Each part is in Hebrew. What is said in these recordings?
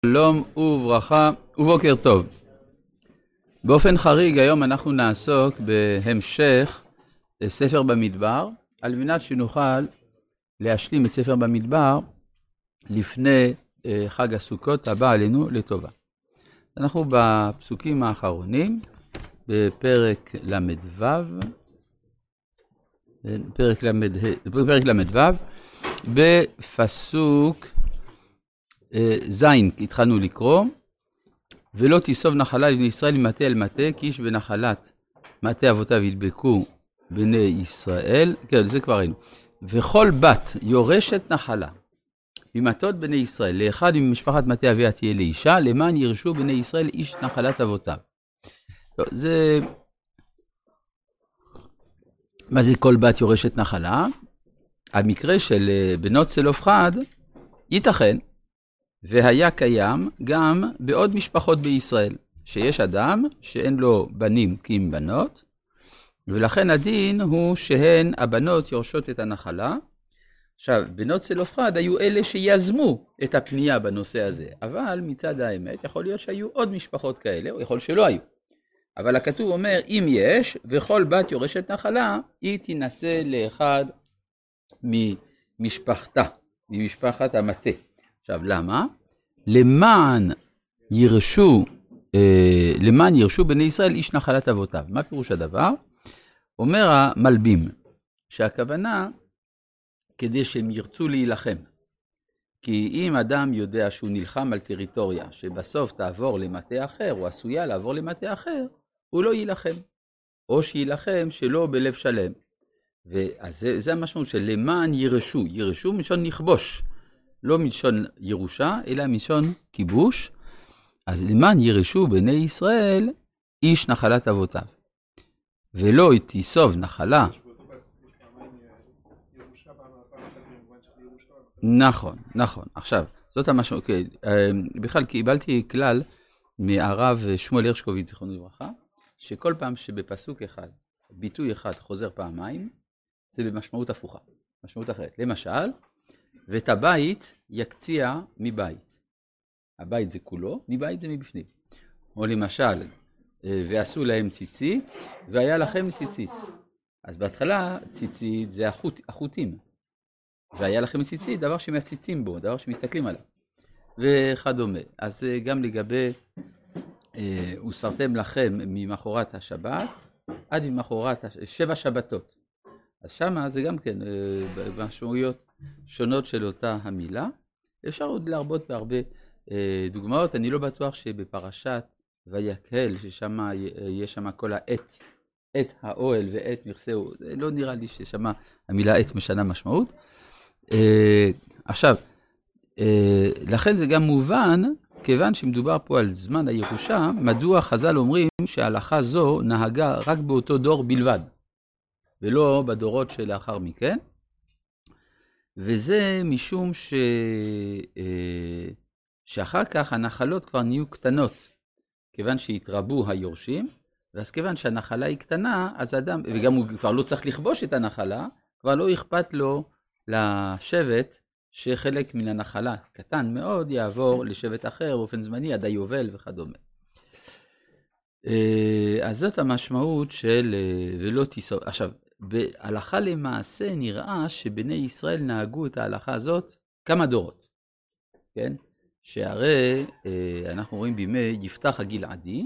שלום וברכה ובוקר טוב. באופן חריג היום אנחנו נעסוק בהמשך ספר במדבר, על מנת שנוכל להשלים את ספר במדבר לפני חג הסוכות הבא עלינו לטובה. אנחנו בפסוקים האחרונים, בפרק למדו, בפסוק זין התחלנו לקרוא, ולא תיסוב נחלה לבני ישראל ממטה אל מטה, כי איש בנחלת מטה אבותיו ידבקו בני ישראל, כן, זה כבר ראינו. וכל בת יורשת נחלה ממטות בני ישראל, לאחד ממשפחת מטה אביה תהיה לאישה, למען ירשו בני ישראל איש נחלת אבותיו. טוב, זה... מה זה כל בת יורשת נחלה? המקרה של בנות צלופחד ייתכן, והיה קיים גם בעוד משפחות בישראל, שיש אדם שאין לו בנים כי אם בנות, ולכן הדין הוא שהן הבנות יורשות את הנחלה. עכשיו, בנות צלופחד היו אלה שיזמו את הפנייה בנושא הזה, אבל מצד האמת יכול להיות שהיו עוד משפחות כאלה, או יכול שלא היו. אבל הכתוב אומר, אם יש, וכל בת יורשת נחלה, היא תינשא לאחד ממשפחתה, ממשפחת המטה. עכשיו, למה? למען ירשו בני ישראל איש נחלת אבותיו. מה פירוש הדבר? אומר המלבים, שהכוונה כדי שהם ירצו להילחם. כי אם אדם יודע שהוא נלחם על טריטוריה, שבסוף תעבור למטה אחר, או עשויה לעבור למטה אחר, הוא לא יילחם. או שיילחם שלא בלב שלם. ואז זה המשמעות של למען ירשו. ירשו מלשון נכבוש. לא מלשון ירושה, אלא מלשון כיבוש. אז למען ירשו בני ישראל איש נחלת אבותיו. ולא תיסוב נחלה. נכון. עכשיו, זאת המשמעות. בכלל קיבלתי כלל מהרב שמואל הרשקוביץ, זיכרונו לברכה, שכל פעם שבפסוק אחד, ביטוי אחד חוזר פעמיים, זה במשמעות הפוכה, משמעות אחרת. למשל, ואת הבית יקציע מבית. הבית זה כולו, מבית זה מבפנים. או למשל, ועשו להם ציצית, והיה לכם ציצית. אז בהתחלה ציצית זה החוטים. והיה לכם ציצית, דבר שמציצים בו, דבר שמסתכלים עליו. וכדומה. אז גם לגבי, וספרתם לכם ממחרת השבת, עד ממחרת 7 שבתות. אז שמה זה גם כן משמעויות שונות של אותה המילה. אפשר עוד להרבות בהרבה דוגמאות. אני לא בטוח שבפרשת ויקהל, ששם יש שם כל את האוהל ואת מכסהו, לא נראה לי ששם המילה את משנה משמעות. עכשיו, לכן זה גם מובן, כיוון שמדובר פה על זמן הירושה, מדוע חז"ל אומרים שההלכה זו נהגה רק באותו דור בלבד. ולא בדורות שלאחר מכן, וזה משום שאחר כך הנחלות כבר נהיו קטנות, כיוון שהתרבו היורשים, ואז כיוון שהנחלה היא קטנה, אז אדם, וגם הוא כבר לא צריך לכבוש את הנחלה, כבר לא אכפת לו לשבט שחלק מן הנחלה קטן מאוד יעבור לשבט אחר באופן זמני, עד היובל וכדומה. אז זאת המשמעות של ולא תיסוב. עכשיו, בהלכה למעשה נראה שבני ישראל נהגו את ההלכה הזאת כמה דורות. כן? שהרי אנחנו רואים בימי יפתח הגלעדי,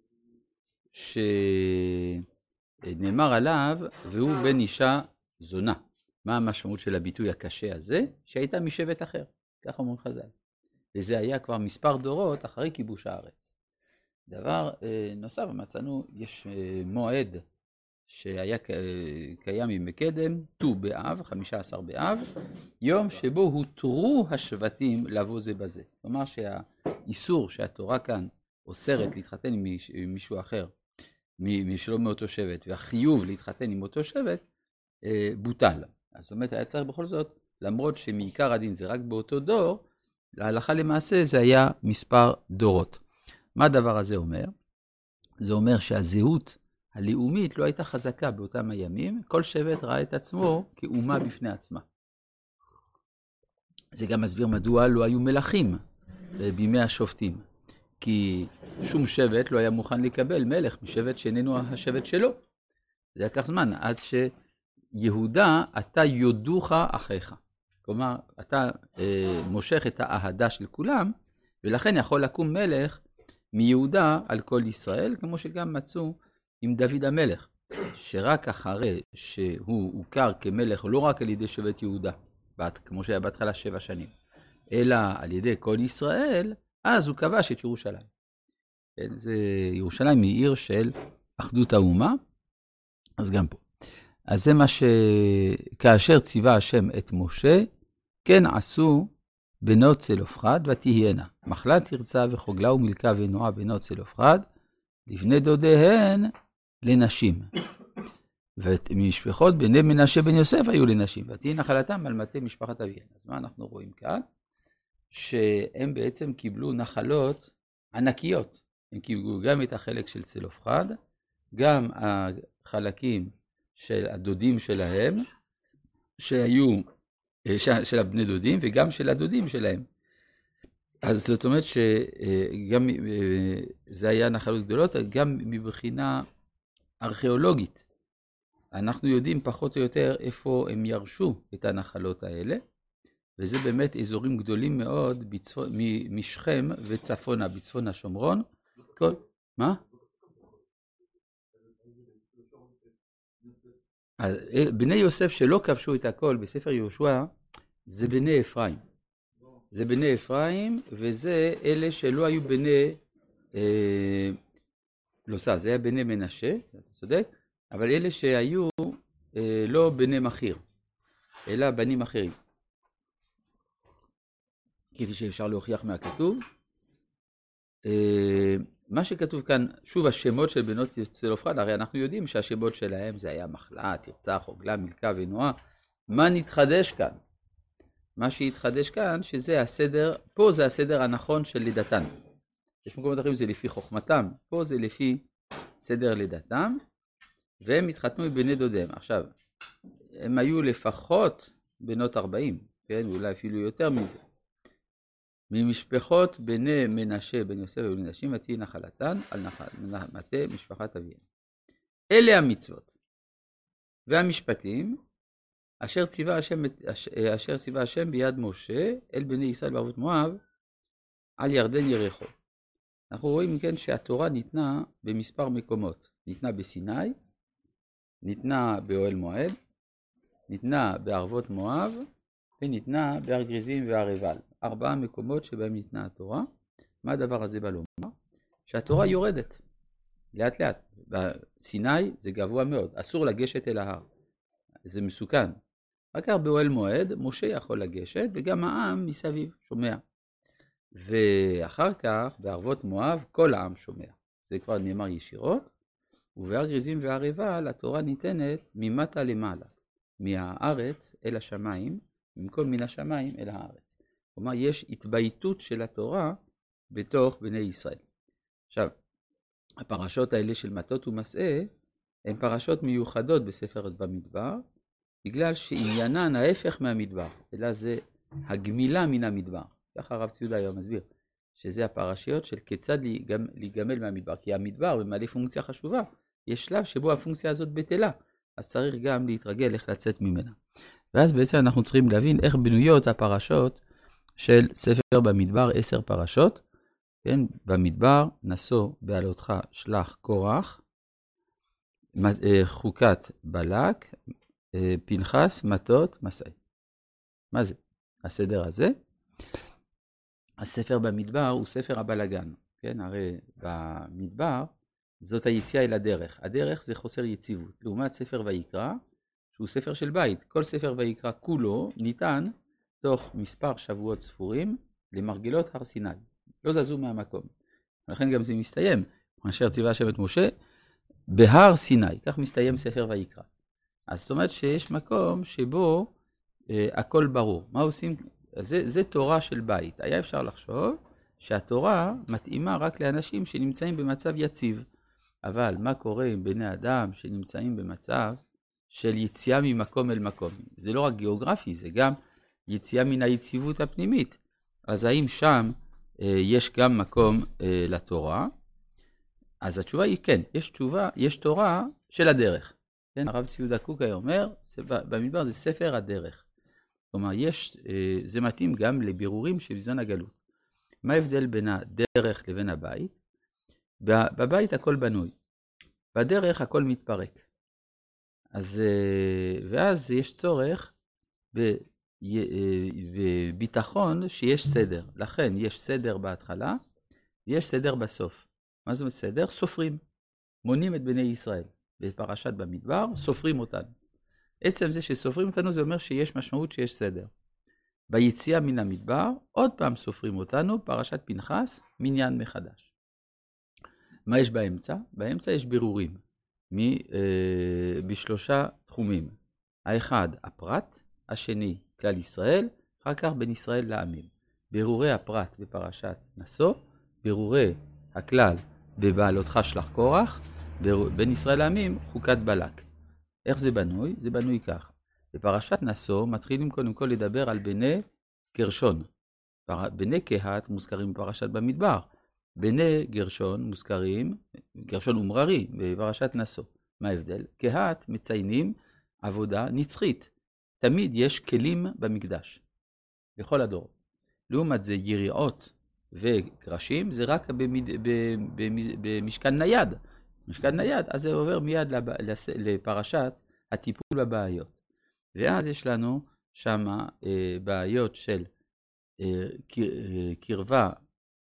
שנאמר עליו, והוא בן אישה זונה. מה המשמעות של הביטוי הקשה הזה? שהייתה משבט אחר. כך אומרים חז"ל. וזה היה כבר מספר דורות אחרי כיבוש הארץ. דבר נוסף, מצאנו, יש מועד שהיה קיים עם מקדם, ט"ו באב, 15 באב, יום שבו הותרו השבטים לבוא זה בזה. כלומר שהאיסור שהתורה כאן אוסרת להתחתן עם מישהו אחר, משלא מאותו שבט, והחיוב להתחתן עם אותו שבט, בוטל. אז זאת אומרת, היה צריך בכל זאת, למרות שמעיקר הדין זה רק באותו דור, להלכה למעשה זה היה מספר דורות. מה הדבר הזה אומר? זה אומר שהזהות הלאומית לא הייתה חזקה באותם הימים, כל שבט ראה את עצמו כאומה בפני עצמה. זה גם מסביר מדוע לא היו מלכים בימי השופטים. כי שום שבט לא היה מוכן לקבל מלך משבט שאיננו השבט שלו. זה לקח זמן עד שיהודה, אתה יודוך אחיך. כלומר, אתה מושך את האהדה של כולם, ולכן יכול לקום מלך מיהודה על כל ישראל, כמו שגם מצאו עם דוד המלך, שרק אחרי שהוא הוכר כמלך לא רק על ידי שבט יהודה, כמו שהיה בהתחלה 7 שנים, אלא על ידי כל ישראל, אז הוא כבש את ירושלים. כן, זה, ירושלים היא עיר של אחדות האומה, אז גם פה. אז זה מה שכאשר ציווה השם את משה, כן עשו בנות צלופחד ותהיינה. מחלה תרצה וחוגלה ומלכה ונועה בנות צלופחד, לבני דודיהן לנשים. ומשפחות בני מנשה בן יוסף היו לנשים, ותהי נחלתם על מטה משפחת אביהן. אז מה אנחנו רואים כאן? שהם בעצם קיבלו נחלות ענקיות. הם קיבלו גם את החלק של צלופחד, גם החלקים של הדודים שלהם, שהיו של הבני דודים, וגם של הדודים שלהם. אז זאת אומרת שגם זה היה נחלות גדולות, גם מבחינה ארכיאולוגית. אנחנו יודעים פחות או יותר איפה הם ירשו את הנחלות האלה, וזה באמת אזורים גדולים מאוד משכם וצפונה, בצפון השומרון. מה? בני יוסף שלא כבשו את הכל בספר יהושע, זה בני אפרים. זה בני אפרים, וזה אלה שלא היו בני, זה היה בני מנשה, אתה צודק, אבל אלה שהיו לא בני מחיר, אלא בנים אחרים. כפי שאפשר להוכיח מהכתוב. מה שכתוב כאן, שוב השמות של בנות צלופחד, הרי אנחנו יודעים שהשמות שלהם זה היה מחלה, תרצה, חוגלה, מלכה ונועה. מה נתחדש כאן? מה שהתחדש כאן, שזה הסדר, פה זה הסדר הנכון של לידתן. יש מקומות אחרים זה לפי חוכמתם, פה זה לפי סדר לידתם, והם התחתנו עם בני דודיהם. עכשיו, הם היו לפחות בנות 40, כן? אולי אפילו יותר מזה. ממשפחות בני מנשה, בן יוסף ובני נשים, ותהי נחלתן על מטה משפחת אביהן. אלה המצוות והמשפטים, אשר ציווה השם ביד משה אל בני ישראל בערבות מואב על ירדן יריחו. אנחנו רואים כן שהתורה ניתנה במספר מקומות. ניתנה בסיני, ניתנה באוהל מועד, ניתנה בערבות מואב, וניתנה בהר גריזים והר עיבל. 4 מקומות שבהם ניתנה התורה. מה הדבר הזה בא לומר? שהתורה יורדת לאט לאט. בסיני זה גבוה מאוד, אסור לגשת אל ההר. זה מסוכן. רק באוהל מועד, משה יכול לגשת, וגם העם מסביב שומע. ואחר כך, בערבות מואב, כל העם שומע. זה כבר נאמר ישירות. ובהר גריזים והר עיבל, התורה ניתנת ממטה למעלה. מהארץ אל השמיים, במקום מן השמיים אל הארץ. כלומר, יש התבייתות של התורה בתוך בני ישראל. עכשיו, הפרשות האלה של מטות ומסעה, הן פרשות מיוחדות בספר במדבר, בגלל שעניינן ההפך מהמדבר, אלא זה הגמילה מן המדבר. ככה הרב ציודה היום מסביר, שזה הפרשיות של כיצד להיגמל מהמדבר, כי המדבר ממלא פונקציה חשובה, יש שלב שבו הפונקציה הזאת בטלה, אז צריך גם להתרגל איך לצאת ממנה. ואז בעצם אנחנו צריכים להבין איך בנויות הפרשות של ספר במדבר, 10 פרשות, כן? במדבר נסו בעלותך שלח קורח, חוקת בלק, פנחס, מטות, מסעי. מה זה? הסדר הזה. הספר במדבר הוא ספר הבלגן, כן? הרי במדבר זאת היציאה אל הדרך. הדרך זה חוסר יציבות. לעומת ספר ויקרא, שהוא ספר של בית. כל ספר ויקרא כולו ניתן תוך מספר שבועות ספורים למרגלות הר סיני. לא זזו מהמקום. ולכן גם זה מסתיים, אשר ציווה השם את משה, בהר סיני. כך מסתיים ספר ויקרא. אז זאת אומרת שיש מקום שבו הכל ברור. מה עושים? זה תורה של בית. היה אפשר לחשוב שהתורה מתאימה רק לאנשים שנמצאים במצב יציב. אבל מה קורה עם בני אדם שנמצאים במצב של יציאה ממקום אל מקום? זה לא רק גיאוגרפי, זה גם יציאה מן היציבות הפנימית. אז האם שם יש גם מקום לתורה. אז התשובה היא כן, יש תורה של הדרך. כן, הרב ציודה קוקאי אומר, במדבר זה ספר הדרך. כלומר, זה מתאים גם לבירורים של בזמן הגלות. מה ההבדל בין הדרך לבין הבית? בבית הכל בנוי, בדרך הכל מתפרק. ואז יש צורך בביטחון שיש סדר. לכן יש סדר בהתחלה, ויש סדר בסוף. מה זאת אומרת סדר? סופרים. מונים את בני ישראל. בפרשת במדבר, סופרים אותנו. עצם זה שסופרים אותנו, זה אומר שיש משמעות שיש סדר. ביציאה מן המדבר, עוד פעם סופרים אותנו, פרשת פנחס, מניין מחדש. מה יש באמצע? באמצע יש בירורים. בשלושה תחומים. האחד, הפרט, השני, כלל ישראל, אחר כך בין ישראל לעמים. בירורי הפרט בפרשת נשוא, בירורי הכלל בבעלותך שלח קורח, בין ישראל לעמים, חוקת בלק. איך זה בנוי? זה בנוי כך. בפרשת נשוא מתחילים קודם כל לדבר על בני גרשון. בני קהת מוזכרים בפרשת במדבר. בני גרשון מוזכרים, גרשון ומררי, בפרשת נשוא. מה ההבדל? קהת מציינים עבודה נצחית. תמיד יש כלים במקדש, בכל הדור. לעומת זה יריעות וקרשים, זה רק במשכן נייד. משכן נייד, אז זה עובר מיד לפרשת הטיפול בבעיות. ואז יש לנו שם בעיות של קרבה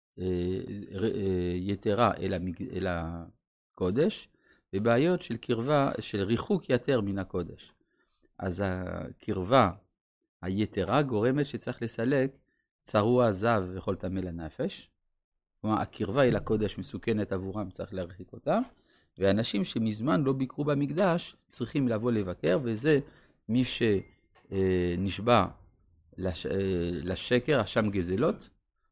יתרה אל הקודש, ובעיות של קרבה, של ריחוק יתר מן הקודש. אז הקרבה היתרה גורמת שצריך לסלק צרוע זב וכל טמא לנפש. כלומר, הקרבה אל הקודש מסוכנת עבורם, צריך להרחיק אותה. ואנשים שמזמן לא ביקרו במקדש צריכים לבוא לבקר, וזה מי שנשבע לשקר, השם גזלות,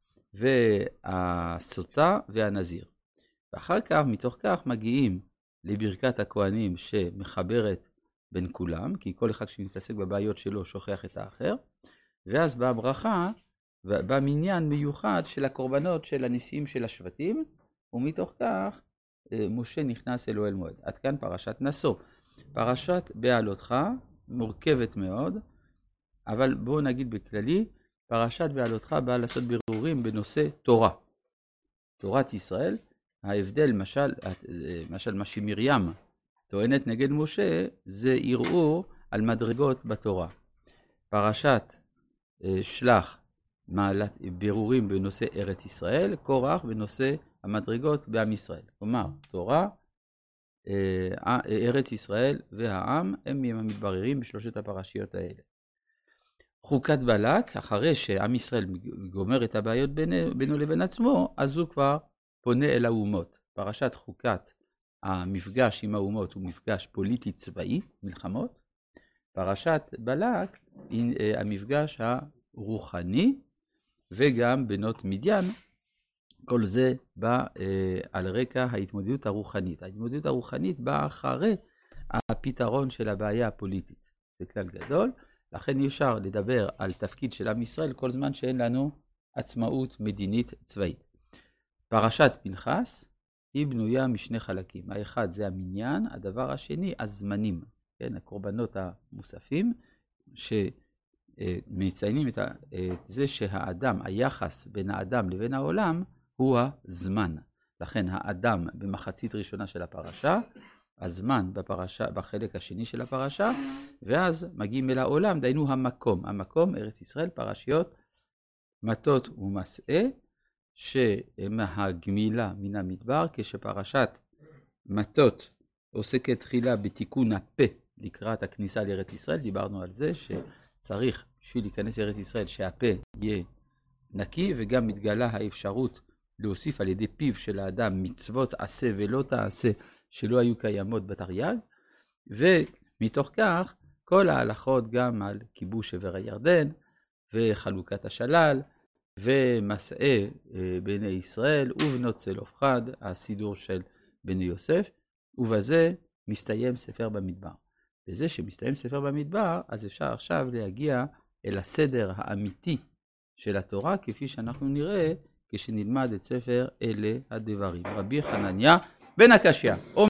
והסוטה והנזיר. ואחר כך, מתוך כך, מגיעים לברכת הכהנים שמחברת בין כולם, כי כל אחד שמתעסק בבעיות שלו שוכח את האחר, ואז באה ברכה, בא מניין מיוחד של הקורבנות של הנשיאים של השבטים, ומתוך כך משה נכנס אל אוהל מועד. עד כאן פרשת נשוא. פרשת בעלותך מורכבת מאוד, אבל בואו נגיד בכללי, פרשת בעלותך באה לעשות בירורים בנושא תורה. תורת ישראל, ההבדל, משל מה שמרים טוענת נגד משה, זה ערעור על מדרגות בתורה. פרשת שלח מעלת בירורים בנושא ארץ ישראל, קורח בנושא המדרגות בעם ישראל. כלומר, תורה, ארץ ישראל והעם הם המתבררים בשלושת הפרשיות האלה. חוקת בלק, אחרי שעם ישראל גומר את הבעיות בינו לבין עצמו, אז הוא כבר פונה אל האומות. פרשת חוקת, המפגש עם האומות הוא מפגש פוליטי צבאי, מלחמות. פרשת בלק, המפגש הרוחני, וגם בנות מדיין, כל זה בא על רקע ההתמודדות הרוחנית. ההתמודדות הרוחנית באה אחרי הפתרון של הבעיה הפוליטית. זה כלל גדול, לכן אי אפשר לדבר על תפקיד של עם ישראל כל זמן שאין לנו עצמאות מדינית צבאית. פרשת פנחס היא בנויה משני חלקים. האחד זה המניין, הדבר השני הזמנים, כן, הקורבנות המוספים, שמציינים את זה שהאדם, היחס בין האדם לבין העולם הוא הזמן. לכן האדם במחצית ראשונה של הפרשה, הזמן בחלק השני של הפרשה, ואז מגיעים אל העולם, דיינו המקום. המקום, ארץ ישראל, פרשיות, מטות ומסעה, שהם הגמילה מן המדבר, כשפרשת מטות עוסקת תחילה בתיקון הפה לקראת הכניסה לארץ ישראל. דיברנו על זה שצריך בשביל להיכנס לארץ ישראל שהפה יהיה נקי, וגם מתגלה האפשרות להוסיף על ידי פיו של האדם מצוות עשה ולא תעשה שלא היו קיימות בתרי"ג, ומתוך כך כל ההלכות גם על כיבוש עבר הירדן וחלוקת השלל ומסעי בני ישראל ובנות צלופחד, הסידור של בני יוסף, ובזה מסתיים ספר במדבר. בזה שמסתיים ספר במדבר, אז אפשר עכשיו להגיע אל הסדר האמיתי של התורה, כפי שאנחנו נראה כשנלמד את ספר אלה הדברים. רבי חנניה בן הקשיא.